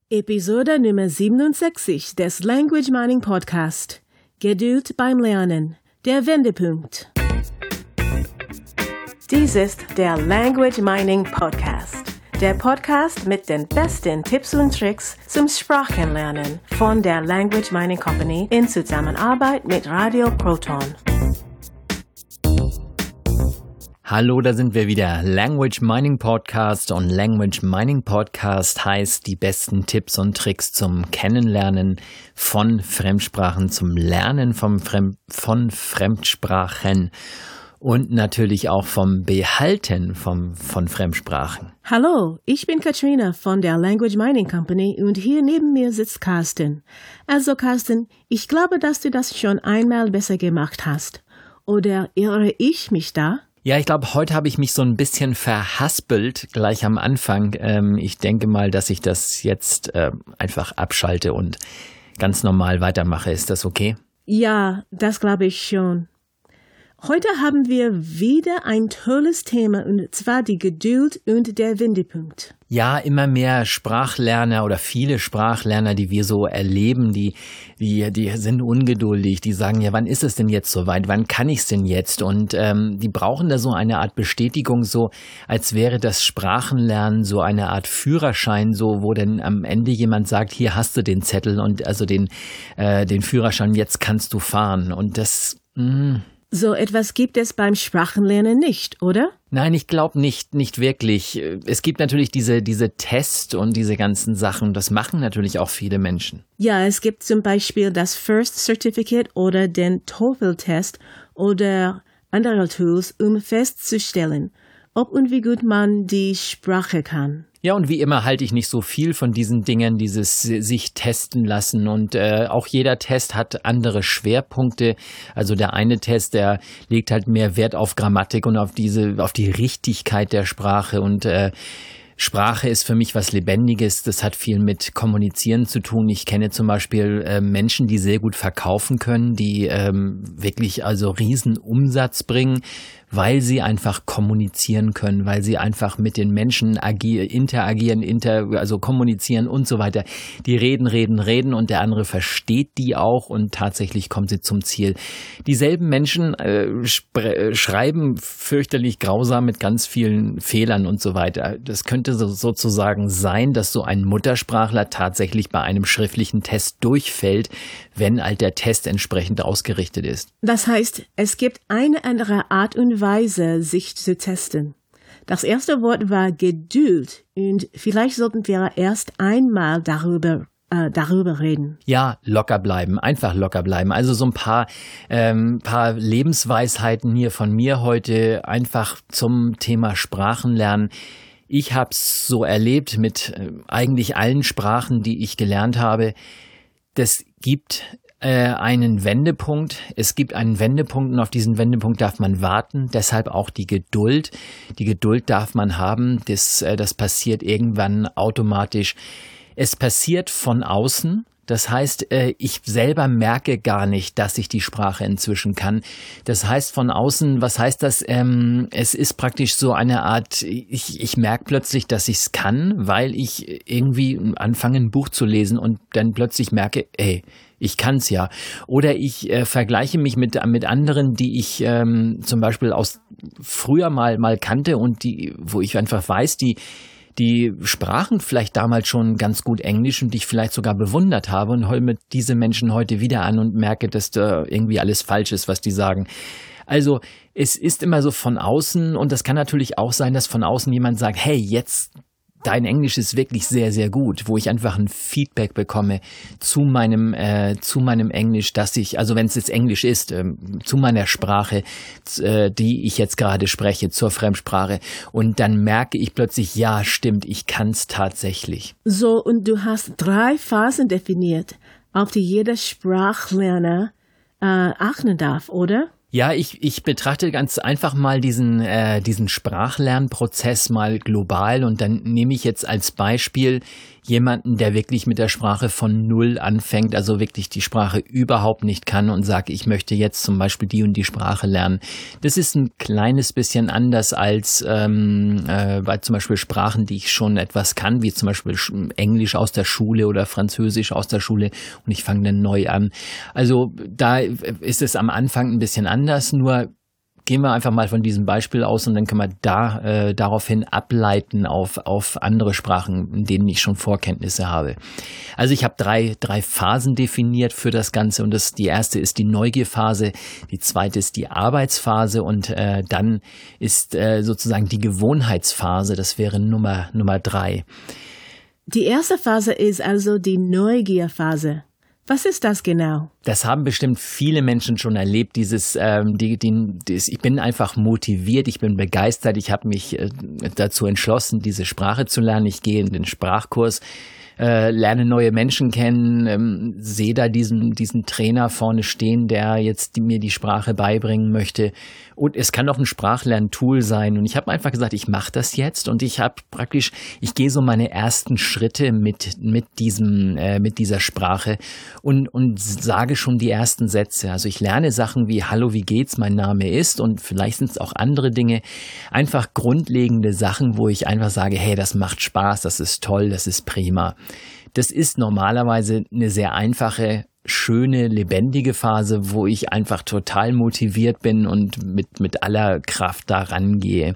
Episode Nummer 67 des Language Mining Podcast. Geduld beim Lernen. Der Wendepunkt. Dies ist der Language Mining Podcast. Der Podcast mit den besten Tipps und Tricks zum Sprachenlernen von der Language Mining Company in Zusammenarbeit mit Radio Proton. Hallo, da sind wir wieder. Language Mining Podcast und Language Mining Podcast heißt die besten Tipps und Tricks zum Kennenlernen von Fremdsprachen, zum Lernen von Fremdsprachen und natürlich auch vom Behalten von Fremdsprachen. Hallo, ich bin Katrina von der Language Mining Company und hier neben mir sitzt Carsten. Also Carsten, ich glaube, dass du das schon einmal besser gemacht hast. Oder irre ich mich da? Ja, ich glaube, heute habe ich mich so ein bisschen verhaspelt gleich am Anfang. Ich denke mal, dass ich das jetzt einfach abschalte und ganz normal weitermache. Ist das okay? Ja, das glaube ich schon. Heute haben wir wieder ein tolles Thema und zwar die Geduld und der Wendepunkt. Ja, immer mehr Sprachlerner oder viele Sprachlerner, die wir so erleben, die sind ungeduldig, die sagen, ja, wann ist es denn jetzt soweit, wann kann ich es denn jetzt? Und die brauchen da so eine Art Bestätigung, so als wäre das Sprachenlernen so eine Art Führerschein, so wo dann am Ende jemand sagt, hier hast du den Zettel und also den Führerschein, jetzt kannst du fahren. Und das... So etwas gibt es beim Sprachenlernen nicht, oder? Nein, ich glaube nicht wirklich. Es gibt natürlich diese Tests und diese ganzen Sachen. Das machen natürlich auch viele Menschen. Ja, es gibt zum Beispiel das First Certificate oder den TOEFL-Test oder andere Tools, um festzustellen, ob und wie gut man die Sprache kann. Ja, und wie immer halte ich nicht so viel von diesen Dingen, dieses sich testen lassen. Und auch jeder Test hat andere Schwerpunkte. Also der eine Test, der legt halt mehr Wert auf Grammatik und auf die Richtigkeit der Sprache. Und Sprache ist für mich was Lebendiges. Das hat viel mit Kommunizieren zu tun. Ich kenne zum Beispiel Menschen, die sehr gut verkaufen können, die wirklich also riesen Umsatz bringen, weil sie einfach kommunizieren können, weil sie einfach mit den Menschen interagieren, also kommunizieren und so weiter. Die reden und der andere versteht die auch und tatsächlich kommt sie zum Ziel. Dieselben Menschen schreiben fürchterlich grausam mit ganz vielen Fehlern und so weiter. Das könnte sozusagen sein, dass so ein Muttersprachler tatsächlich bei einem schriftlichen Test durchfällt, wenn halt der Test entsprechend ausgerichtet ist. Das heißt, es gibt eine andere Art und Weise, sich zu testen. Das erste Wort war Geduld und vielleicht sollten wir erst einmal darüber reden. Ja, locker bleiben, einfach locker bleiben. Also so ein paar Lebensweisheiten hier von mir heute einfach zum Thema Sprachenlernen. Ich habe es so erlebt mit eigentlich allen Sprachen, die ich gelernt habe. Das gibt einen Wendepunkt. Es gibt einen Wendepunkt und auf diesen Wendepunkt darf man warten. Deshalb auch die Geduld. Die Geduld darf man haben. Das passiert irgendwann automatisch. Es passiert von außen. Das heißt, ich selber merke gar nicht, dass ich die Sprache inzwischen kann. Das heißt von außen, was heißt das? Es ist praktisch so eine Art, ich merke plötzlich, dass ich es kann, weil ich irgendwie anfange, ein Buch zu lesen und dann plötzlich merke, ey, ich kann's ja. Oder ich vergleiche mich mit anderen, die ich zum Beispiel aus früher mal kannte und wo ich einfach weiß, die sprachen vielleicht damals schon ganz gut Englisch und ich vielleicht sogar bewundert habe und hol mir diese Menschen heute wieder an und merke, dass da irgendwie alles falsch ist, was die sagen. Also es ist immer so von außen und das kann natürlich auch sein, dass von außen jemand sagt, hey, jetzt dein Englisch ist wirklich sehr, sehr gut, wo ich einfach ein Feedback bekomme zu meinem Englisch, dass ich, also wenn es jetzt Englisch ist, zu meiner Sprache, die ich jetzt gerade spreche, zur Fremdsprache. Und dann merke ich plötzlich, ja, stimmt, ich kann es tatsächlich. So, und du hast 3 Phasen definiert, auf die jeder Sprachlerner achten darf, oder? Ja, ich betrachte ganz einfach mal diesen Sprachlernprozess mal global und dann nehme ich jetzt als Beispiel jemanden, der wirklich mit der Sprache von null anfängt, also wirklich die Sprache überhaupt nicht kann und sagt, ich möchte jetzt zum Beispiel die und die Sprache lernen. Das ist ein kleines bisschen anders als bei zum Beispiel Sprachen, die ich schon etwas kann, wie zum Beispiel Englisch aus der Schule oder Französisch aus der Schule und ich fange dann neu an. Also da ist es am Anfang ein bisschen anders, nur gehen wir einfach mal von diesem Beispiel aus und dann können wir daraufhin ableiten auf andere Sprachen, in denen ich schon Vorkenntnisse habe. Also ich habe drei Phasen definiert für das Ganze und die erste ist die Neugierphase, die zweite ist die Arbeitsphase und dann ist sozusagen die Gewohnheitsphase, das wäre Nummer 3. Die erste Phase ist also die Neugierphase. Was ist das genau? Das haben bestimmt viele Menschen schon erlebt, ich bin einfach motiviert, ich bin begeistert, ich habe mich dazu entschlossen, diese Sprache zu lernen. Ich gehe in den Sprachkurs, lerne neue Menschen kennen, sehe da diesen Trainer vorne stehen, der jetzt mir die Sprache beibringen möchte. Und es kann auch ein Sprachlerntool sein. Und ich habe einfach gesagt, ich mache das jetzt und ich gehe so meine ersten Schritte mit dieser Sprache und sage schon die ersten Sätze. Also ich lerne Sachen wie Hallo, wie geht's, mein Name ist und vielleicht sind es auch andere Dinge. Einfach grundlegende Sachen, wo ich einfach sage, hey, das macht Spaß, das ist toll, das ist prima. Das ist normalerweise eine sehr einfache, schöne, lebendige Phase, wo ich einfach total motiviert bin und mit aller Kraft da rangehe.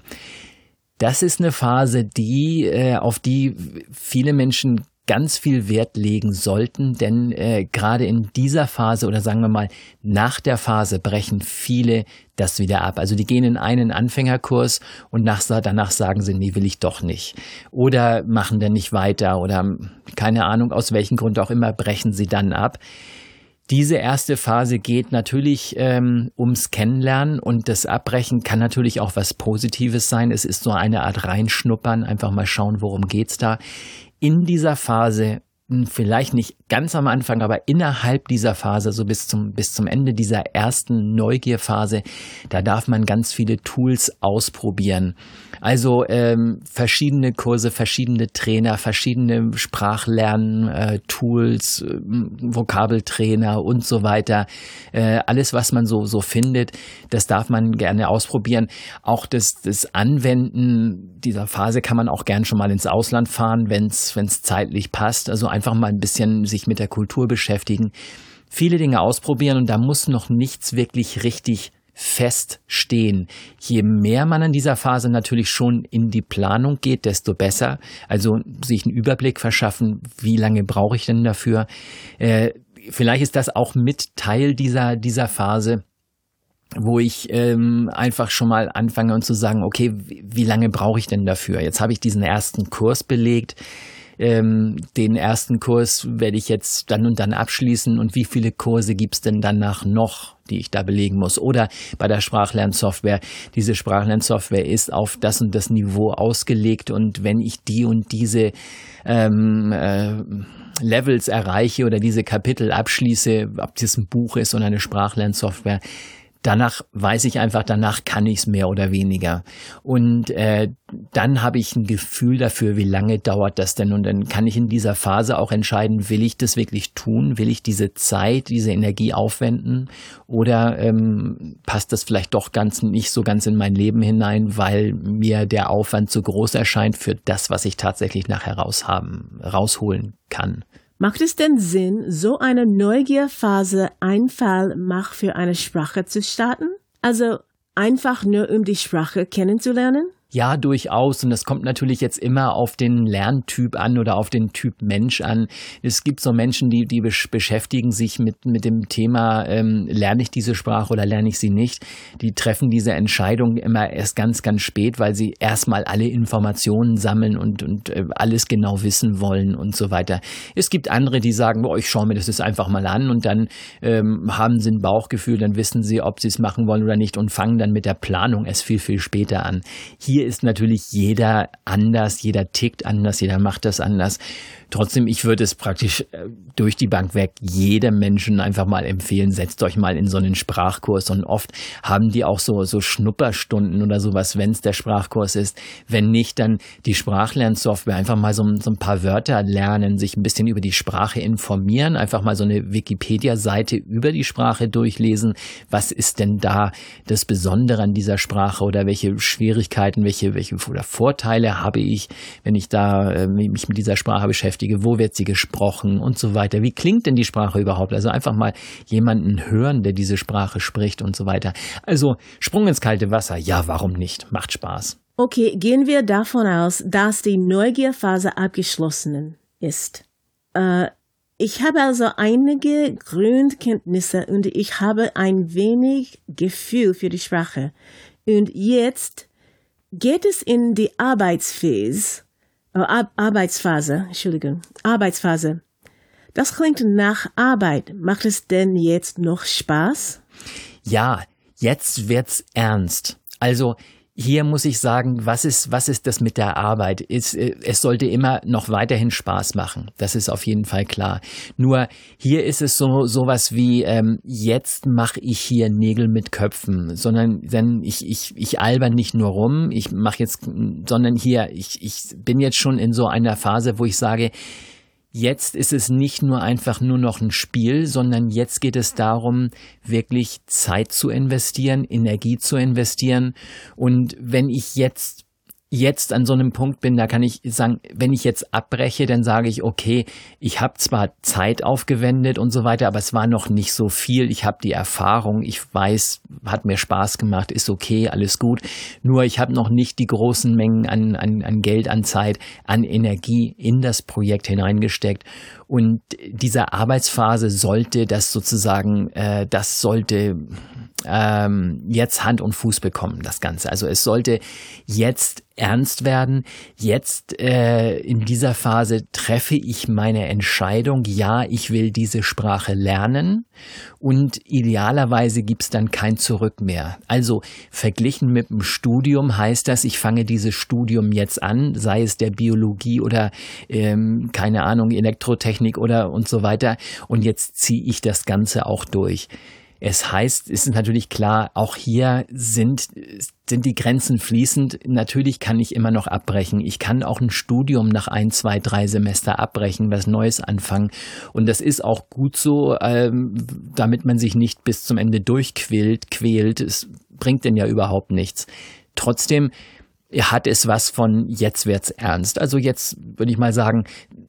Das ist eine Phase, auf die viele Menschen ganz viel Wert legen sollten, denn gerade in dieser Phase oder sagen wir mal nach der Phase brechen viele das wieder ab. Also die gehen in einen Anfängerkurs und danach sagen sie, nee, will ich doch nicht. Oder machen dann nicht weiter oder keine Ahnung, aus welchem Grund auch immer brechen sie dann ab. Diese erste Phase geht natürlich ums Kennenlernen und das Abbrechen kann natürlich auch was Positives sein. Es ist so eine Art Reinschnuppern, einfach mal schauen, worum geht's da. In dieser Phase, vielleicht nicht ganz am Anfang, aber innerhalb dieser Phase, so bis zum Ende dieser ersten Neugierphase, da darf man ganz viele Tools ausprobieren. Also verschiedene Kurse, verschiedene Trainer, verschiedene Sprachlern-Tools, Vokabeltrainer und so weiter. Alles, was man so findet, das darf man gerne ausprobieren. Auch das Anwenden dieser Phase kann man auch gern schon mal ins Ausland fahren, wenn es zeitlich passt. Also einfach mal ein bisschen sich mit der Kultur beschäftigen. Viele Dinge ausprobieren und da muss noch nichts wirklich richtig feststehen. Je mehr man in dieser Phase natürlich schon in die Planung geht, desto besser. Also sich einen Überblick verschaffen, wie lange brauche ich denn dafür. Vielleicht ist das auch mit Teil dieser Phase, wo ich einfach schon mal anfange und zu sagen, okay, wie lange brauche ich denn dafür? Jetzt habe ich diesen ersten Kurs belegt. Den ersten Kurs werde ich jetzt dann und dann abschließen und wie viele Kurse gibt's denn danach noch, die ich da belegen muss? Oder bei der Sprachlernsoftware, diese Sprachlernsoftware ist auf das und das Niveau ausgelegt und wenn ich die und diese Levels erreiche oder diese Kapitel abschließe, ob das ein Buch ist oder eine Sprachlernsoftware, danach weiß ich einfach, danach kann ich es mehr oder weniger. Und dann habe ich ein Gefühl dafür, wie lange dauert das denn. Und dann kann ich in dieser Phase auch entscheiden, will ich das wirklich tun? Will ich diese Zeit, diese Energie aufwenden? Oder passt das vielleicht doch nicht so ganz in mein Leben hinein, weil mir der Aufwand zu groß erscheint für das, was ich tatsächlich nachher rausholen kann? Macht es denn Sinn, so eine Neugierphase einfach für eine Sprache zu starten? Also einfach nur, um die Sprache kennenzulernen? Ja, durchaus. Und das kommt natürlich jetzt immer auf den Lerntyp an oder auf den Typ Mensch an. Es gibt so Menschen, die beschäftigen sich mit dem Thema, lerne ich diese Sprache oder lerne ich sie nicht. Die treffen diese Entscheidung immer erst ganz, ganz spät, weil sie erstmal alle Informationen sammeln und alles genau wissen wollen und so weiter. Es gibt andere, die sagen, ich schaue mir das jetzt einfach mal an und dann haben sie ein Bauchgefühl, dann wissen sie, ob sie es machen wollen oder nicht und fangen dann mit der Planung erst viel, viel später an. Hier hier ist natürlich jeder anders, jeder tickt anders, jeder macht das anders. Trotzdem, ich würde es praktisch durch die Bank weg jedem Menschen einfach mal empfehlen, setzt euch mal in so einen Sprachkurs. Und oft haben die auch so Schnupperstunden oder sowas, wenn es der Sprachkurs ist. Wenn nicht, dann die Sprachlernsoftware, einfach mal so ein paar Wörter lernen, sich ein bisschen über die Sprache informieren, einfach mal so eine Wikipedia-Seite über die Sprache durchlesen. Was ist denn da das Besondere an dieser Sprache oder welche Schwierigkeiten, welche oder Vorteile habe ich, wenn ich da mich mit dieser Sprache beschäftige? Wo wird sie gesprochen und so weiter? Wie klingt denn die Sprache überhaupt? Also einfach mal jemanden hören, der diese Sprache spricht und so weiter. Also Sprung ins kalte Wasser. Ja, warum nicht? Macht Spaß. Okay, gehen wir davon aus, dass die Neugierphase abgeschlossen ist. Ich habe also einige Grundkenntnisse und ich habe ein wenig Gefühl für die Sprache. Und jetzt geht es in die Arbeitsphase. Das klingt nach Arbeit. Macht es denn jetzt noch Spaß? Ja, jetzt wird's ernst. Also hier muss ich sagen, was ist das mit der Arbeit? Es sollte immer noch weiterhin Spaß machen. Das ist auf jeden Fall klar. Nur hier ist es sowas wie, jetzt mache ich hier Nägel mit Köpfen, sondern ich alber nicht nur rum, sondern hier, ich bin jetzt schon in so einer Phase, wo ich sage, jetzt ist es nicht nur einfach nur noch ein Spiel, sondern jetzt geht es darum, wirklich Zeit zu investieren, Energie zu investieren. Und wenn ich jetzt an so einem Punkt bin, da kann ich sagen, wenn ich jetzt abbreche, dann sage ich, okay, ich habe zwar Zeit aufgewendet und so weiter, aber es war noch nicht so viel. Ich habe die Erfahrung, ich weiß, hat mir Spaß gemacht, ist okay, alles gut. Nur ich habe noch nicht die großen Mengen an Geld, an Zeit, an Energie in das Projekt hineingesteckt. Und diese Arbeitsphase sollte jetzt Hand und Fuß bekommen, das Ganze. Also es sollte jetzt ernst werden. Jetzt in dieser Phase treffe ich meine Entscheidung. Ja, ich will diese Sprache lernen und idealerweise gibt es dann kein Zurück mehr. Also verglichen mit dem Studium heißt das, ich fange dieses Studium jetzt an, sei es der Biologie oder keine Ahnung, Elektrotechnik oder und so weiter und jetzt ziehe ich das Ganze auch durch. Es heißt, es ist natürlich klar, auch hier sind die Grenzen fließend. Natürlich kann ich immer noch abbrechen. Ich kann auch ein Studium nach 1, 2, 3 Semester abbrechen, was Neues anfangen. Und das ist auch gut so, damit man sich nicht bis zum Ende quält. Es bringt denn ja überhaupt nichts. Trotzdem hat es was von jetzt wird's ernst. Also jetzt würde ich mal sagen,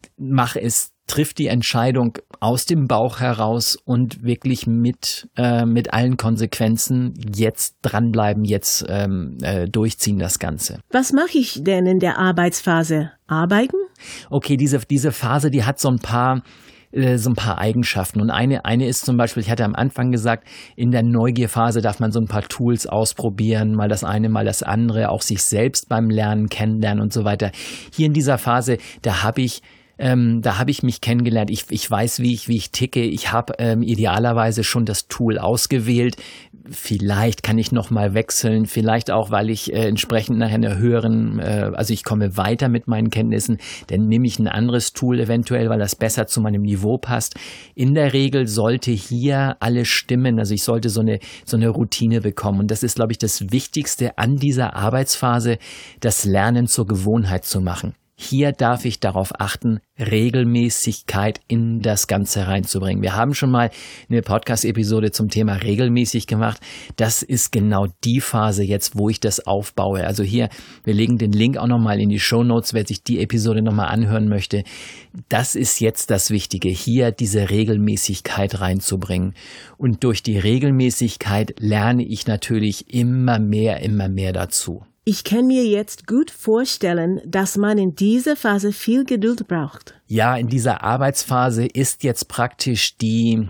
trifft die Entscheidung aus dem Bauch heraus und wirklich mit allen Konsequenzen jetzt dranbleiben, jetzt durchziehen das Ganze. Was mache ich denn in der Arbeitsphase? Arbeiten? Okay, diese Phase, die hat so ein paar Eigenschaften. Und eine ist zum Beispiel, ich hatte am Anfang gesagt, in der Neugierphase darf man so ein paar Tools ausprobieren, mal das eine, mal das andere, auch sich selbst beim Lernen kennenlernen und so weiter. Hier in dieser Phase, da habe ich mich kennengelernt. Ich weiß, wie ich ticke. Ich habe idealerweise schon das Tool ausgewählt. Vielleicht kann ich noch mal wechseln. Vielleicht auch, weil ich entsprechend nachher also ich komme weiter mit meinen Kenntnissen. Dann nehme ich ein anderes Tool eventuell, weil das besser zu meinem Niveau passt. In der Regel sollte hier alles stimmen. Also ich sollte so eine Routine bekommen. Und das ist, glaube ich, das Wichtigste an dieser Arbeitsphase, das Lernen zur Gewohnheit zu machen. Hier darf ich darauf achten, Regelmäßigkeit in das Ganze reinzubringen. Wir haben schon mal eine Podcast-Episode zum Thema regelmäßig gemacht. Das ist genau die Phase jetzt, wo ich das aufbaue. Also hier, wir legen den Link auch nochmal in die Shownotes, wer sich die Episode nochmal anhören möchte. Das ist jetzt das Wichtige, hier diese Regelmäßigkeit reinzubringen. Und durch die Regelmäßigkeit lerne ich natürlich immer mehr dazu. Ich kann mir jetzt gut vorstellen, dass man in dieser Phase viel Geduld braucht. Ja, in dieser Arbeitsphase ist jetzt praktisch diese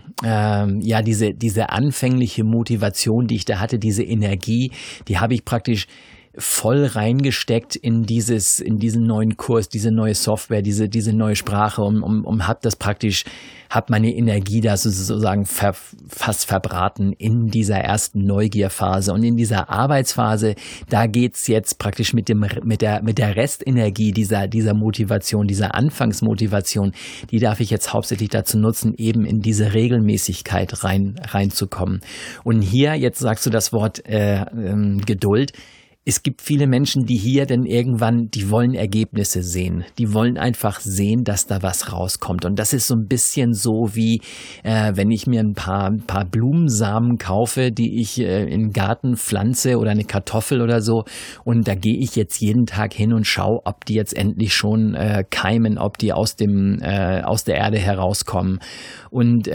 anfängliche Motivation, die ich da hatte, diese Energie, die habe ich praktisch voll reingesteckt in diesen neuen Kurs, diese neue Software, diese neue Sprache und hab meine Energie da sozusagen fast verbraten in dieser ersten Neugierphase. Und in dieser Arbeitsphase, da geht's jetzt praktisch mit der Restenergie dieser Motivation, dieser Anfangsmotivation, die darf ich jetzt hauptsächlich dazu nutzen, eben in diese Regelmäßigkeit reinzukommen. Und hier, jetzt sagst du das Wort Geduld. Es gibt viele Menschen, die hier dann irgendwann, die wollen Ergebnisse sehen. Die wollen einfach sehen, dass da was rauskommt. Und das ist so ein bisschen so wie, wenn ich mir ein paar Blumensamen kaufe, die ich in den Garten pflanze oder eine Kartoffel oder so. Und da gehe ich jetzt jeden Tag hin und schaue, ob die jetzt endlich schon keimen, ob die aus der Erde herauskommen. Und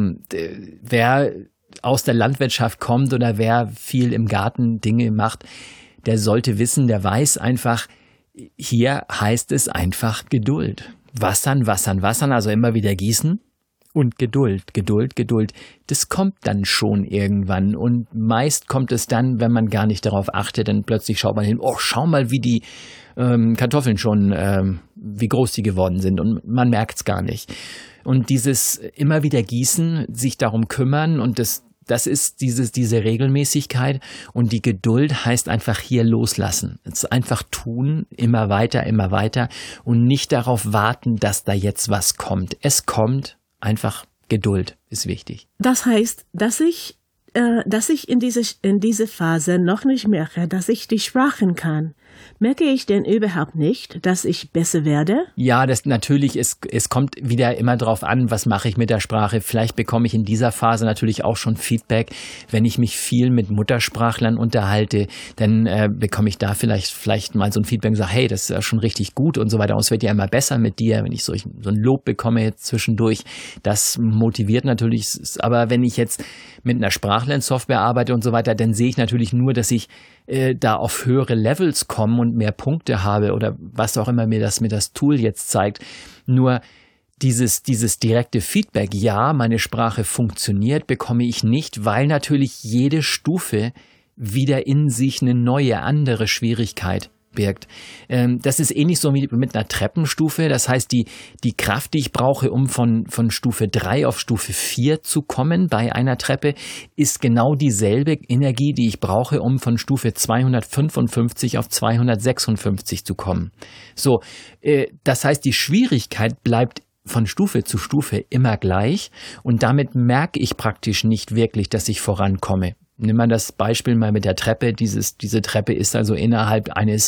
wer aus der Landwirtschaft kommt oder wer viel im Garten Dinge macht, der sollte wissen, der weiß einfach, hier heißt es einfach Geduld. Wassern, also immer wieder gießen und Geduld. Das kommt dann schon irgendwann und meist kommt es dann, wenn man gar nicht darauf achtet, dann plötzlich schaut man hin, oh, schau mal, wie die Kartoffeln schon, wie groß die geworden sind und man merkt's gar nicht. Und dieses immer wieder gießen, sich darum kümmern und das ist diese Regelmäßigkeit und die Geduld heißt einfach hier loslassen. Es ist einfach tun, immer weiter und nicht darauf warten, dass da jetzt was kommt. Es kommt, einfach Geduld ist wichtig. Das heißt, dass ich in diese Phase noch nicht merke, dass ich die Sprachen kann. Merke ich denn überhaupt nicht, dass ich besser werde? Ja, das natürlich, es kommt wieder immer drauf an, was mache ich mit der Sprache. Vielleicht bekomme ich in dieser Phase natürlich auch schon Feedback. Wenn ich mich viel mit Muttersprachlern unterhalte, dann bekomme ich da vielleicht mal so ein Feedback und sage, hey, das ist ja schon richtig gut und so weiter. Und es wird ja immer besser mit dir, wenn ich so ein Lob bekomme jetzt zwischendurch. Das motiviert natürlich. Aber wenn ich jetzt mit einer Sprachlernsoftware arbeite und so weiter, dann sehe ich natürlich nur, dass ich da auf höhere Levels komme und mehr Punkte habe oder was auch immer mir das Tool jetzt zeigt. Nur dieses direkte Feedback, ja, meine Sprache funktioniert, bekomme ich nicht, weil natürlich jede Stufe wieder in sich eine neue, andere Schwierigkeit birgt. Das ist ähnlich so wie mit einer Treppenstufe. Das heißt, die Kraft, die ich brauche, um von Stufe 3 auf Stufe 4 zu kommen bei einer Treppe, ist genau dieselbe Energie, die ich brauche, um von Stufe 255 auf 256 zu kommen. So, das heißt, die Schwierigkeit bleibt von Stufe zu Stufe immer gleich und damit merke ich praktisch nicht wirklich, dass ich vorankomme. Nimm mal das Beispiel mal mit der Treppe. Diese Treppe ist also innerhalb eines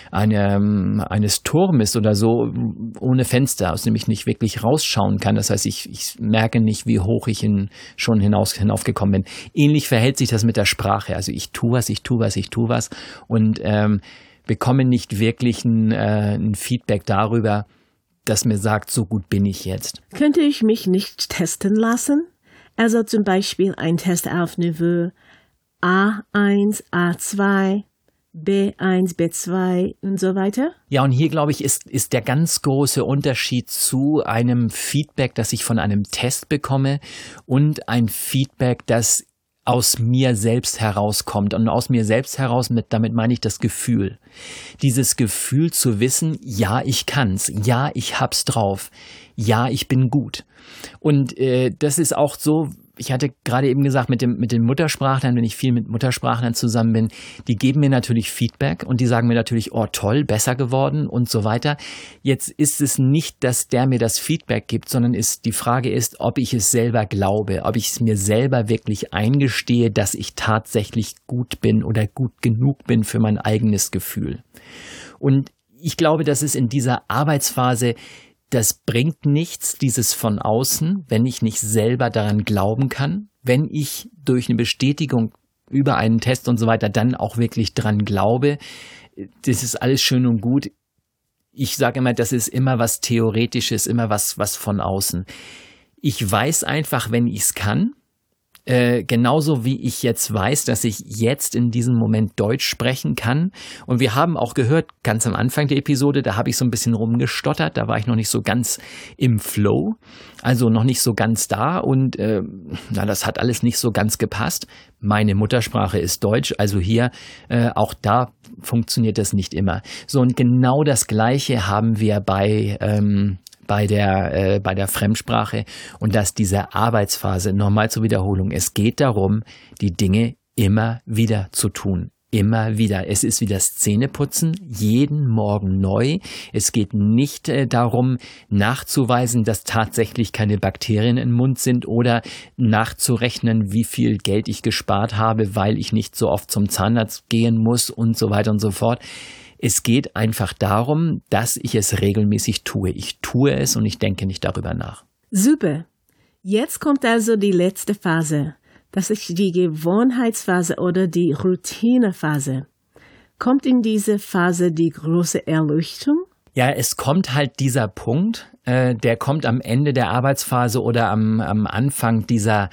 Turmes oder so ohne Fenster, aus dem ich nicht wirklich rausschauen kann. Das heißt, ich merke nicht, wie hoch ich schon hinaufgekommen bin. Ähnlich verhält sich das mit der Sprache. Also ich tue was und bekomme nicht wirklich ein Feedback darüber, das mir sagt, so gut bin ich jetzt. Könnte ich mich nicht testen lassen? Also zum Beispiel ein Test auf Niveau A1, A2, B1, B2 und so weiter? Ja, und hier, glaube ich, ist der ganz große Unterschied zu einem Feedback, das ich von einem Test bekomme und ein Feedback, das aus mir selbst herauskommt. Und aus mir selbst heraus, damit meine ich das Gefühl. Dieses Gefühl zu wissen, ja, ich kann's, ja, ich hab's drauf, ja, ich bin gut. Und das ist auch so, ich hatte gerade eben gesagt, mit den Muttersprachlern, wenn ich viel mit Muttersprachlern zusammen bin, die geben mir natürlich Feedback und die sagen mir natürlich, oh toll, besser geworden und so weiter. Jetzt ist es nicht, dass der mir das Feedback gibt, sondern die Frage ist, ob ich es selber glaube, ob ich es mir selber wirklich eingestehe, dass ich tatsächlich gut bin oder gut genug bin für mein eigenes Gefühl. Und ich glaube, dass es in dieser Arbeitsphase, das bringt nichts, dieses von außen, wenn ich nicht selber daran glauben kann, wenn ich durch eine Bestätigung über einen Test und so weiter dann auch wirklich dran glaube. Das ist alles schön und gut. Ich sage immer, das ist immer was Theoretisches, immer was von außen. Ich weiß einfach, wenn ich es kann, Genauso wie ich jetzt weiß, dass ich jetzt in diesem Moment Deutsch sprechen kann. Und wir haben auch gehört, ganz am Anfang der Episode, da habe ich so ein bisschen rumgestottert, da war ich noch nicht so ganz im Flow, also noch nicht so ganz da und das hat alles nicht so ganz gepasst. Meine Muttersprache ist Deutsch, also hier auch da funktioniert das nicht immer. So, und genau das Gleiche haben wir bei der Fremdsprache und dass diese Arbeitsphase, nochmal zur Wiederholung, es geht darum, die Dinge immer wieder zu tun. Immer wieder. Es ist wie das Zähneputzen, jeden Morgen neu. Es geht nicht darum, nachzuweisen, dass tatsächlich keine Bakterien im Mund sind oder nachzurechnen, wie viel Geld ich gespart habe, weil ich nicht so oft zum Zahnarzt gehen muss und so weiter und so fort. Es geht einfach darum, dass ich es regelmäßig tue. Ich tue es und ich denke nicht darüber nach. Super. Jetzt kommt also die letzte Phase. Das ist die Gewohnheitsphase oder die Routinephase. Kommt in diese Phase die große Erleuchtung? Ja, es kommt halt dieser Punkt, der kommt am Ende der Arbeitsphase oder am Anfang dieser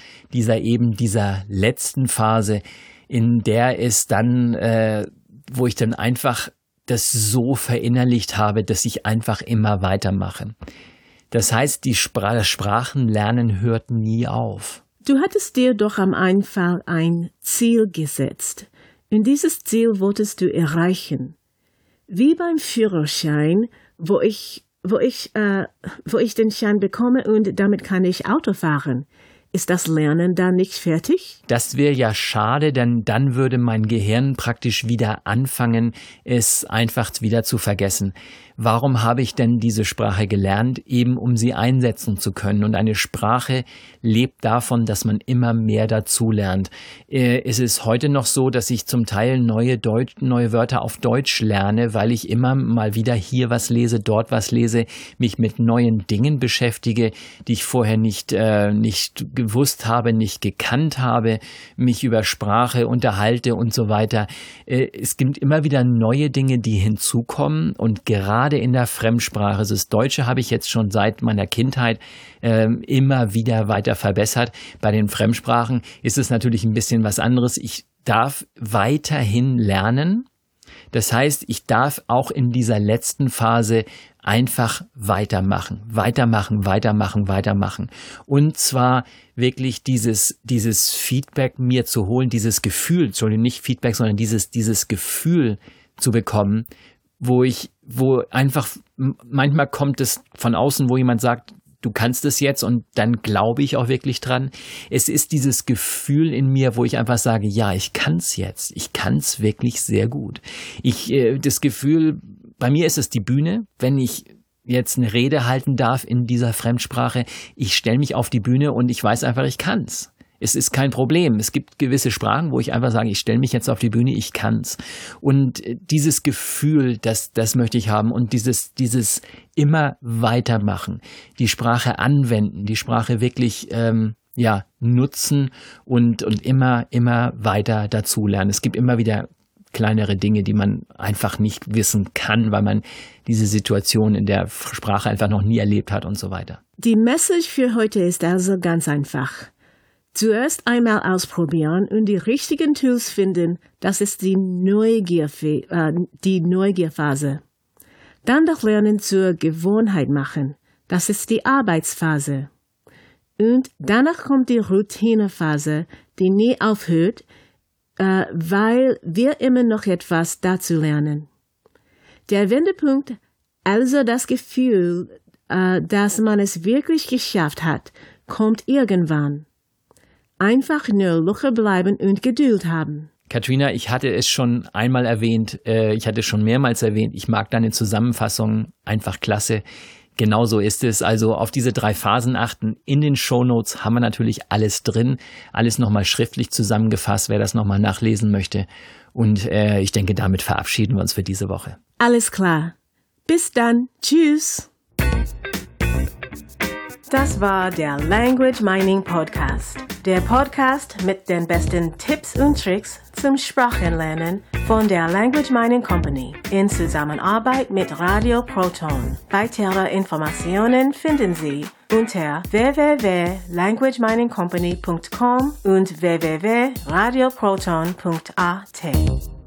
letzten Phase, in der es dann, wo ich dann einfach das so verinnerlicht habe, dass ich einfach immer weitermache. Das heißt, das Sprachenlernen hört nie auf. Du hattest dir doch am Anfang ein Ziel gesetzt. Und dieses Ziel wolltest du erreichen. Wie beim Führerschein, wo ich den Schein bekomme und damit kann ich Auto fahren. Ist das Lernen dann nicht fertig? Das wäre ja schade, denn dann würde mein Gehirn praktisch wieder anfangen, es einfach wieder zu vergessen. Warum habe ich denn diese Sprache gelernt? Eben um sie einsetzen zu können. Und eine Sprache lebt davon, dass man immer mehr dazu lernt. Es ist heute noch so, dass ich zum Teil neue Wörter auf Deutsch lerne, weil ich immer mal wieder hier was lese, dort was lese, mich mit neuen Dingen beschäftige, die ich vorher nicht gewusst habe, nicht gekannt habe, mich über Sprache unterhalte und so weiter. Es gibt immer wieder neue Dinge, die hinzukommen und gerade in der Fremdsprache, das Deutsche habe ich jetzt schon seit meiner Kindheit immer wieder weiter verbessert. Bei den Fremdsprachen ist es natürlich ein bisschen was anderes. Ich darf weiterhin lernen. Das heißt, ich darf auch in dieser letzten Phase einfach weitermachen. Und zwar wirklich dieses Feedback mir zu holen, dieses Gefühl, Entschuldigung, nicht Feedback, sondern dieses Gefühl zu bekommen, wo einfach, manchmal kommt es von außen, wo jemand sagt, du kannst es jetzt und dann glaube ich auch wirklich dran. Es ist dieses Gefühl in mir, wo ich einfach sage, ja, ich kann es jetzt. Ich kann es wirklich sehr gut. Das Gefühl, bei mir ist es die Bühne, wenn ich jetzt eine Rede halten darf in dieser Fremdsprache. Ich stelle mich auf die Bühne und ich weiß einfach, ich kann's. Es ist kein Problem. Es gibt gewisse Sprachen, wo ich einfach sage, ich stelle mich jetzt auf die Bühne, ich kann's. Und dieses Gefühl, das möchte ich haben und dieses immer weitermachen, die Sprache anwenden, die Sprache wirklich nutzen und immer weiter dazulernen. Es gibt immer wieder kleinere Dinge, die man einfach nicht wissen kann, weil man diese Situation in der Sprache einfach noch nie erlebt hat und so weiter. Die Message für heute ist also ganz einfach. Zuerst einmal ausprobieren und die richtigen Tools finden, das ist die Neugierphase. Dann das Lernen zur Gewohnheit machen, das ist die Arbeitsphase. Und danach kommt die Routinephase, die nie aufhört, weil wir immer noch etwas dazu lernen. Der Wendepunkt, also das Gefühl, dass man es wirklich geschafft hat, kommt irgendwann. Einfach nur locker bleiben und Geduld haben. Katrina, ich hatte es schon einmal erwähnt, ich hatte es schon mehrmals erwähnt, ich mag deine Zusammenfassung einfach klasse. Genauso ist es. Also auf diese 3 Phasen achten. In den Shownotes haben wir natürlich alles drin, alles nochmal schriftlich zusammengefasst, wer das nochmal nachlesen möchte. Und ich denke, damit verabschieden wir uns für diese Woche. Alles klar. Bis dann. Tschüss. Das war der Language Mining Podcast. Der Podcast mit den besten Tipps und Tricks zum Sprachenlernen von der Language Mining Company in Zusammenarbeit mit Radio Proton. Weitere Informationen finden Sie unter www.languageminingcompany.com und www.radioproton.at.